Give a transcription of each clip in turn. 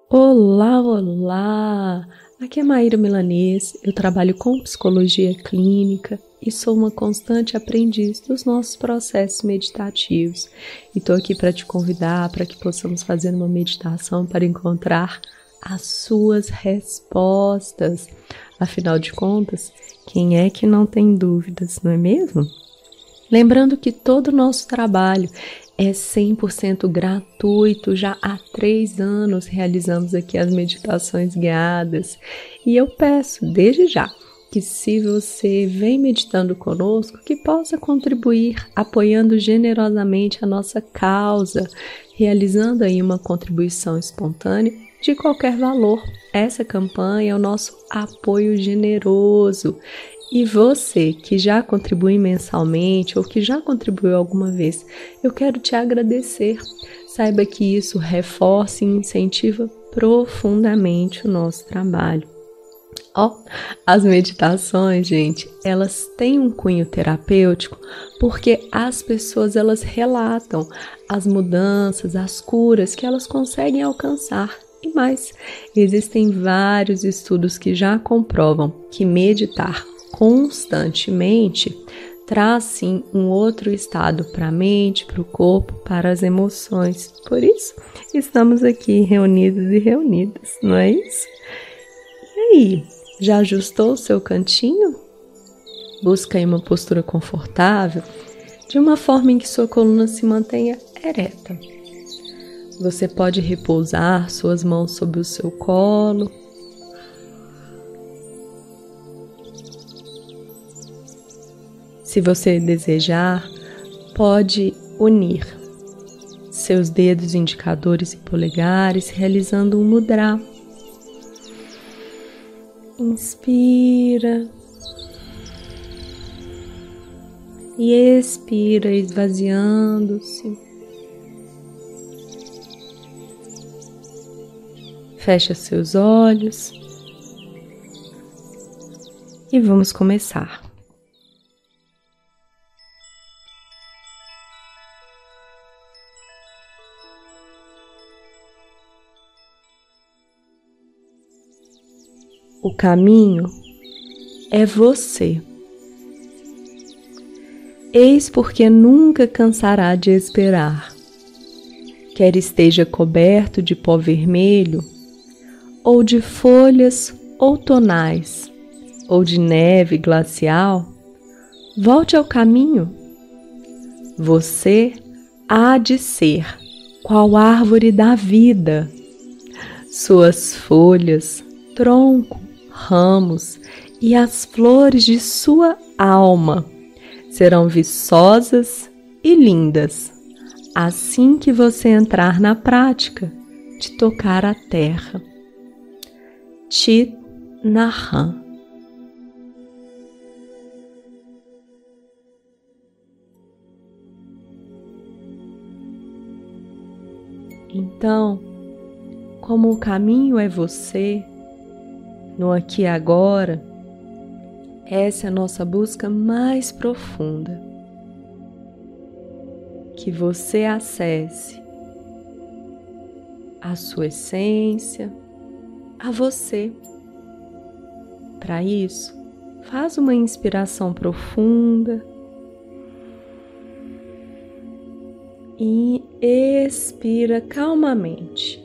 Olá, olá! Aqui é Maíra Milanês, eu trabalho com psicologia clínica e sou uma constante aprendiz dos nossos processos meditativos. E estou aqui para te convidar para que possamos fazer uma meditação para encontrar as suas respostas. Afinal de contas, quem é que não tem dúvidas, não é mesmo? Lembrando que todo o nosso trabalho é 100% gratuito, já há 3 anos realizamos aqui as meditações guiadas e eu peço desde já que se você vem meditando conosco, que possa contribuir apoiando generosamente a nossa causa, realizando aí uma contribuição espontânea de qualquer valor. Essa campanha é o nosso apoio generoso. E você que já contribui mensalmente ou que já contribuiu alguma vez, eu quero te agradecer. Saiba que isso reforça e incentiva profundamente o nosso trabalho. As meditações, gente, elas têm um cunho terapêutico porque as pessoas elas relatam as mudanças, as curas que elas conseguem alcançar. E mais, existem vários estudos que já comprovam que meditar constantemente traz sim um outro estado para a mente, para o corpo, para as emoções. Por isso, estamos aqui reunidos e reunidas, não é isso? E aí, já ajustou o seu cantinho? Busca aí uma postura confortável, de uma forma em que sua coluna se mantenha ereta. Você pode repousar suas mãos sobre o seu colo. Se você desejar, pode unir seus dedos indicadores e polegares, realizando um mudra. Inspira e expira, esvaziando-se. Fecha seus olhos e vamos começar. O caminho é você. Eis porque nunca cansará de esperar. Quer esteja coberto de pó vermelho, ou de folhas outonais, ou de neve glacial, volte ao caminho. Você há de ser qual árvore da vida. Suas folhas, tronco, ramos e as flores de sua alma serão viçosas e lindas, assim que você entrar na prática de tocar a terra. Thich Nhat Hanh. Então, como o caminho é você, no aqui e agora, essa é a nossa busca mais profunda. Que você acesse a sua essência, a você. Para isso, faz uma inspiração profunda e expira calmamente.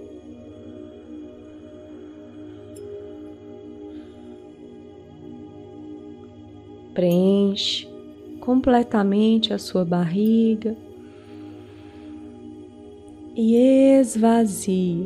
Preenche completamente a sua barriga e esvazie.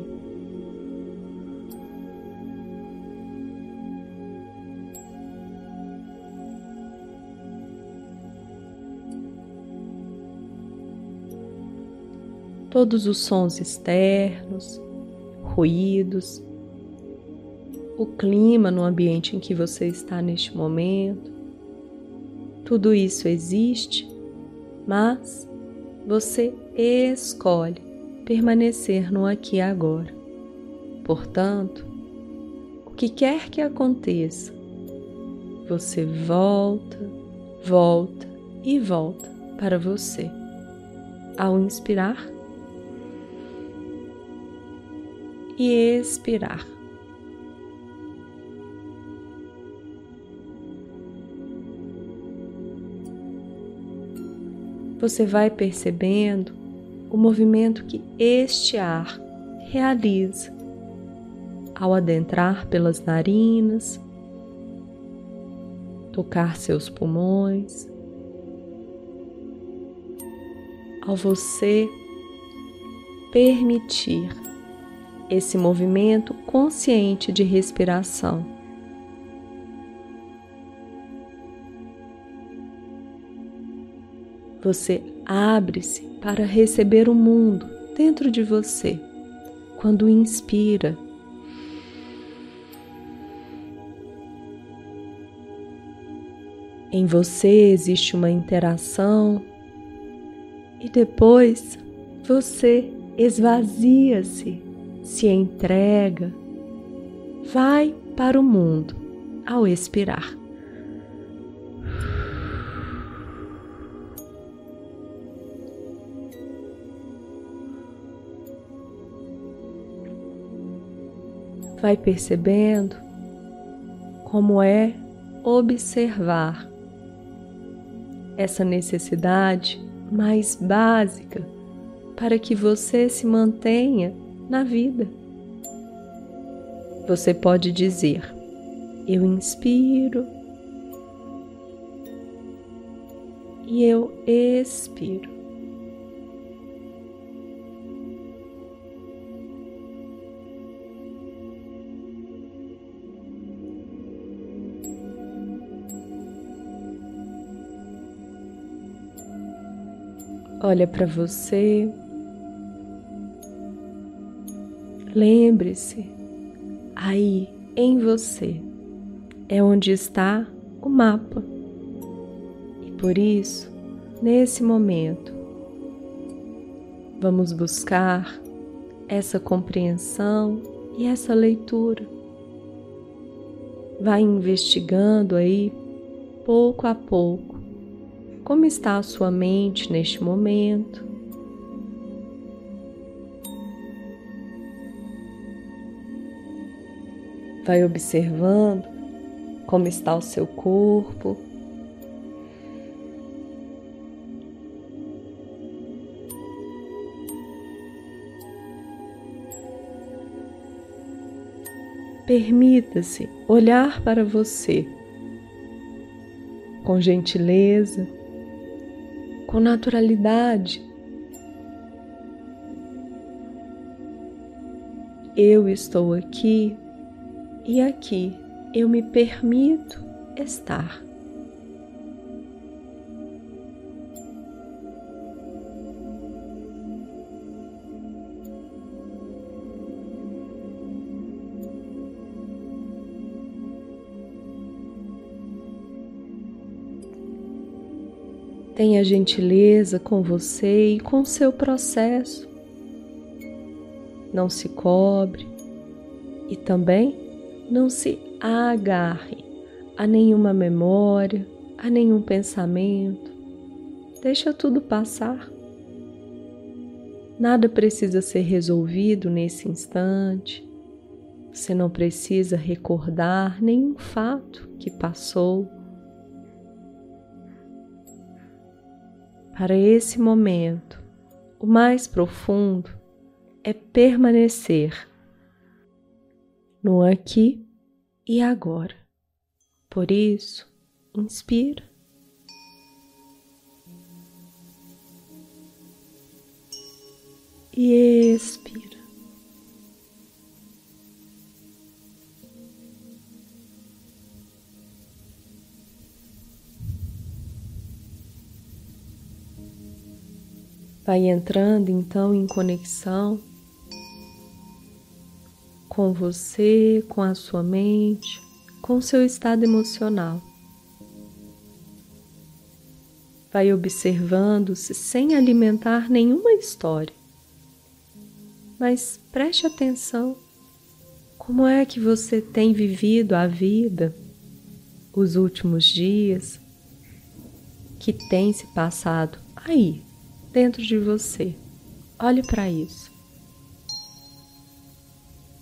Todos os sons externos, ruídos, o clima no ambiente em que você está neste momento, tudo isso existe, mas você escolhe permanecer no aqui e agora. Portanto, o que quer que aconteça, você volta, volta e volta para você. Ao inspirar e expirar. Você vai percebendo o movimento que este ar realiza ao adentrar pelas narinas, tocar seus pulmões, ao você permitir esse movimento consciente de respiração. Você abre-se para receber o mundo dentro de você. Quando inspira, em você existe uma interação e depois você esvazia-se, se entrega, vai para o mundo ao expirar. Vai percebendo como é observar essa necessidade mais básica para que você se mantenha na vida. Você pode dizer: eu inspiro e eu expiro. Olha para você, lembre-se, aí em você é onde está o mapa. E por isso, nesse momento, vamos buscar essa compreensão e essa leitura. Vai investigando aí, pouco a pouco, como está a sua mente neste momento? Vai observando como está o seu corpo. Permita-se olhar para você com gentileza, com naturalidade. Eu estou aqui e aqui eu me permito estar. Tenha gentileza com você e com seu processo. Não se cobre e também não se agarre a nenhuma memória, a nenhum pensamento. Deixa tudo passar. Nada precisa ser resolvido nesse instante. Você não precisa recordar nenhum fato que passou. Para esse momento, o mais profundo é permanecer no aqui e agora. Por isso, inspira e expira. Vai entrando então em conexão com você, com a sua mente, com o seu estado emocional. Vai observando-se sem alimentar nenhuma história. Mas preste atenção, como é que você tem vivido a vida, os últimos dias, que tem se passado aí, dentro de você. Olhe para isso.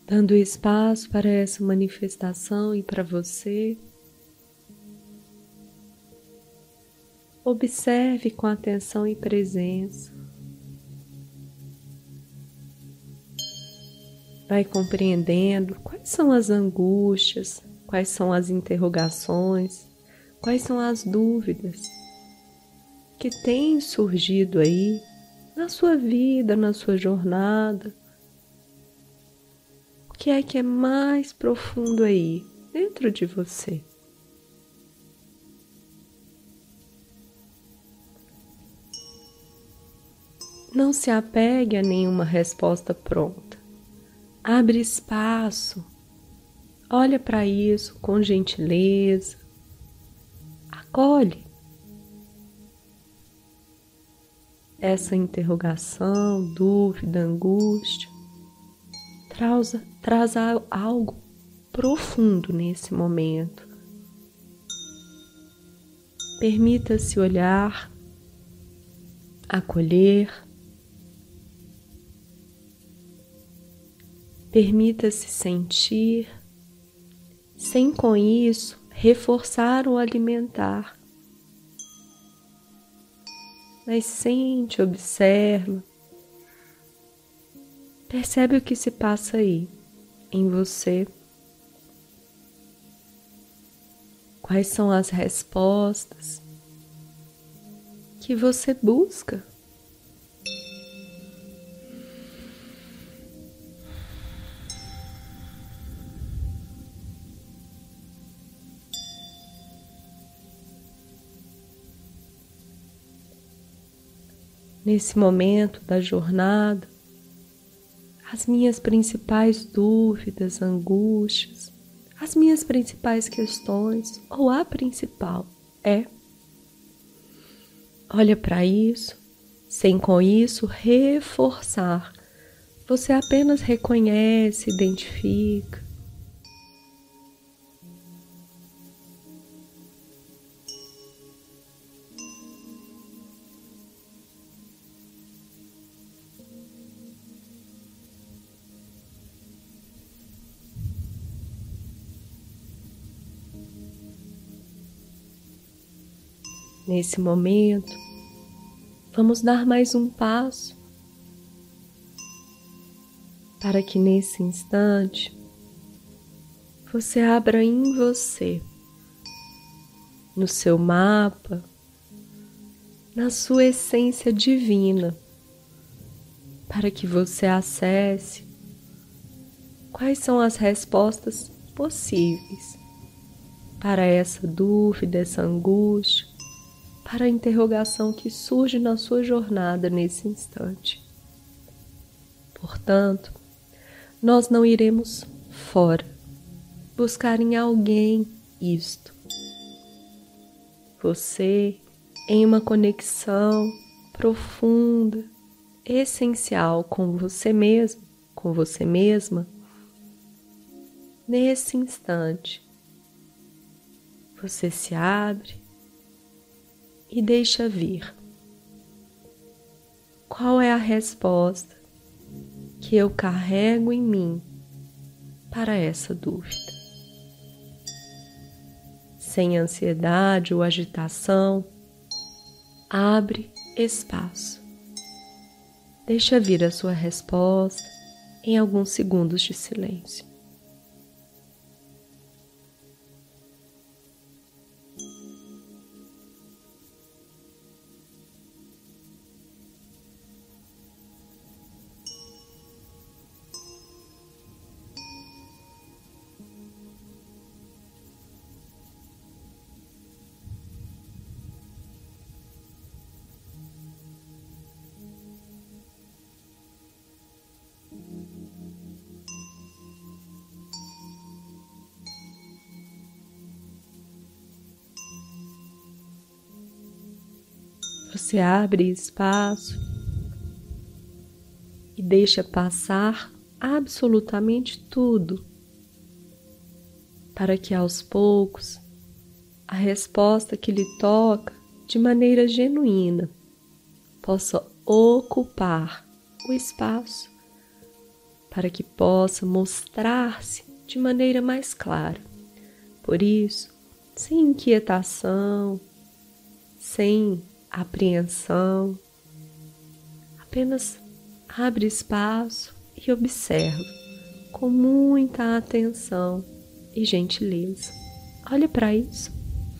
dando espaço para essa manifestação e para você. Observe com atenção e presença. Vai compreendendo quais são as angústias, quais são as interrogações, quais são as dúvidas que têm surgido aí na sua vida, na sua jornada. O que é mais profundo aí, dentro de você? Não se apegue a nenhuma resposta pronta. Abre espaço. Olha para isso com gentileza. Acolhe essa interrogação, dúvida, angústia. Traz algo profundo nesse momento. Permita-se olhar, acolher. Permita-se sentir, sem com isso reforçar ou alimentar. Mas sente, observa, percebe o que se passa aí, em você. Quais são as respostas que você busca? Nesse momento da jornada, as minhas principais dúvidas, angústias, as minhas principais questões, ou a principal olha para isso, sem com isso reforçar. Você apenas reconhece, identifica. Nesse momento, vamos dar mais um passo para que nesse instante você abra em você, no seu mapa, na sua essência divina, para que você acesse quais são as respostas possíveis para essa dúvida, essa angústia, para a interrogação que surge na sua jornada nesse instante. Portanto, nós não iremos fora, buscar em alguém isto. Você, em uma conexão profunda, essencial com você mesmo, com você mesma, nesse instante, você se abre e deixa vir. Qual é a resposta que eu carrego em mim para essa dúvida? Sem ansiedade ou agitação, abre espaço. Deixa vir a sua resposta em alguns segundos de silêncio. Você abre espaço e deixa passar absolutamente tudo, para que aos poucos a resposta que lhe toca de maneira genuína possa ocupar o espaço para que possa mostrar-se de maneira mais clara. Por isso, sem inquietação, sem apreensão, apenas abre espaço e observa com muita atenção e gentileza. Olhe para isso.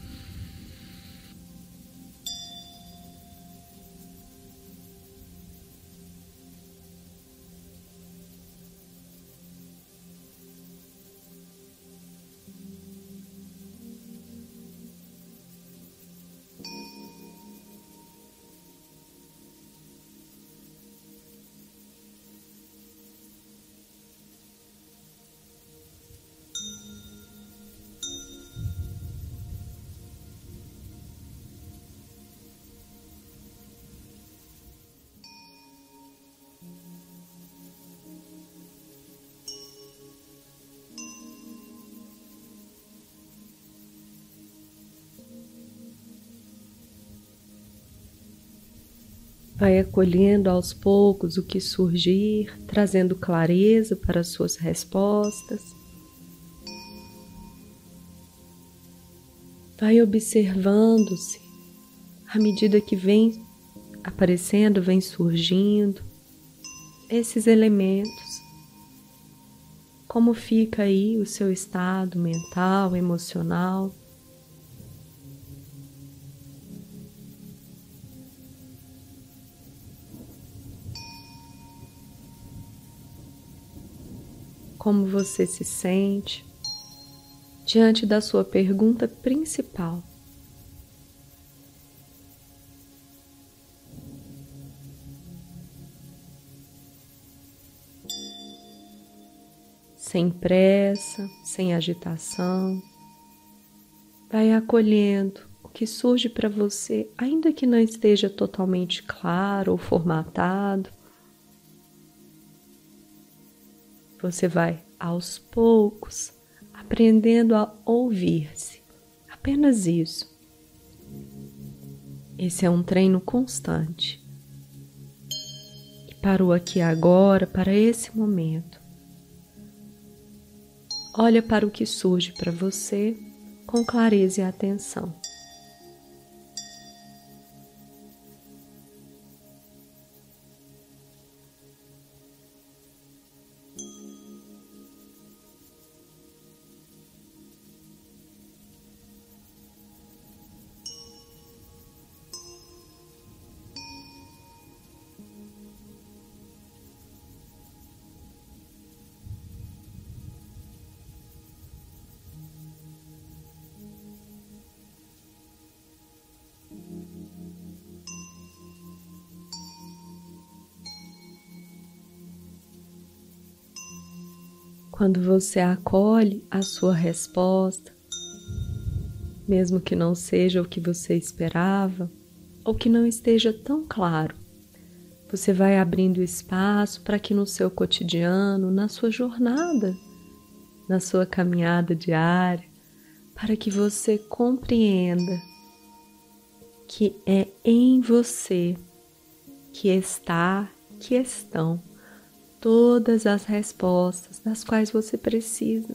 Vai acolhendo aos poucos o que surgir, trazendo clareza para as suas respostas. Vai observando-se à medida que vem aparecendo, vem surgindo esses elementos. Como fica aí o seu estado mental, emocional? Como você se sente diante da sua pergunta principal? Sem pressa, sem agitação, vai acolhendo o que surge para você, ainda que não esteja totalmente claro ou formatado. Você vai, aos poucos, aprendendo a ouvir-se. Apenas isso. Esse é um treino constante. E para o aqui e agora, para esse momento, olha para o que surge para você com clareza e atenção. Quando você acolhe a sua resposta, mesmo que não seja o que você esperava, ou que não esteja tão claro, você vai abrindo espaço para que no seu cotidiano, na sua jornada, na sua caminhada diária, para que você compreenda que é em você que estão todas as respostas das quais você precisa.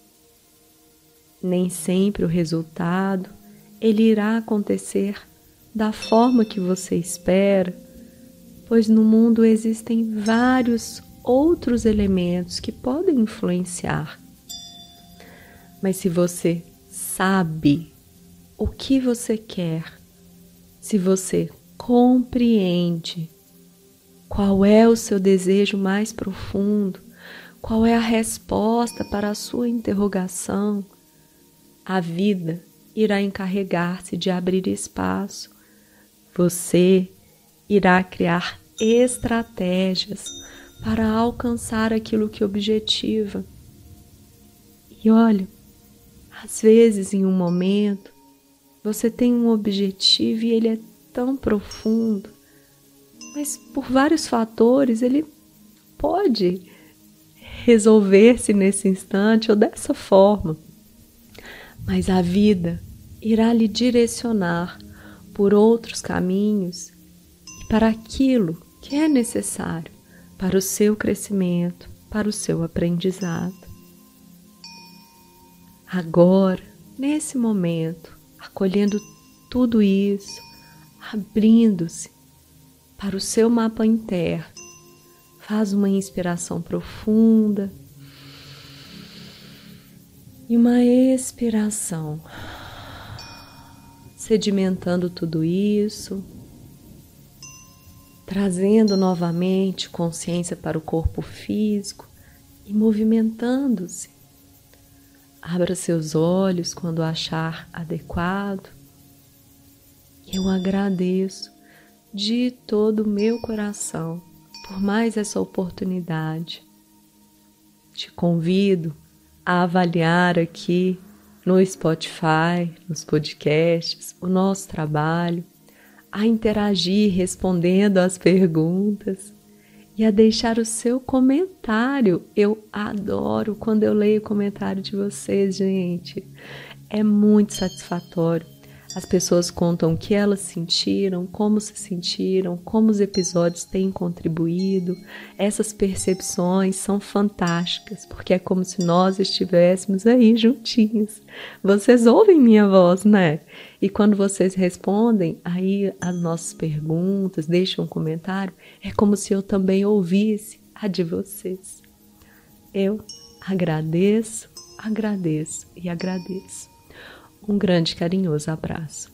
Nem sempre o resultado ele irá acontecer da forma que você espera, pois no mundo existem vários outros elementos que podem influenciar. Mas se você sabe o que você quer, se você compreende qual é o seu desejo mais profundo, qual é a resposta para a sua interrogação, a vida irá encarregar-se de abrir espaço. Você irá criar estratégias para alcançar aquilo que objetiva. E olha, às vezes em um momento, você tem um objetivo e ele é tão profundo, mas por vários fatores ele pode resolver-se nesse instante ou dessa forma. Mas a vida irá lhe direcionar por outros caminhos e para aquilo que é necessário para o seu crescimento, para o seu aprendizado. Agora, nesse momento, acolhendo tudo isso, abrindo-se para o seu mapa interno, faz uma inspiração profunda e uma expiração, sedimentando tudo isso, trazendo novamente consciência para o corpo físico e movimentando-se. Abra seus olhos quando achar adequado. Eu agradeço de todo o meu coração por mais essa oportunidade. Te convido a avaliar aqui no Spotify, nos podcasts, o nosso trabalho, a interagir respondendo às perguntas e a deixar o seu comentário. Eu adoro quando eu leio o comentário de vocês, gente. É muito satisfatório. As pessoas contam o que elas sentiram, como se sentiram, como os episódios têm contribuído. Essas percepções são fantásticas, porque é como se nós estivéssemos aí juntinhos. Vocês ouvem minha voz, né? E quando vocês respondem aí as nossas perguntas, deixam um comentário, é como se eu também ouvisse a de vocês. Eu agradeço, agradeço e agradeço. Um grande carinhoso abraço.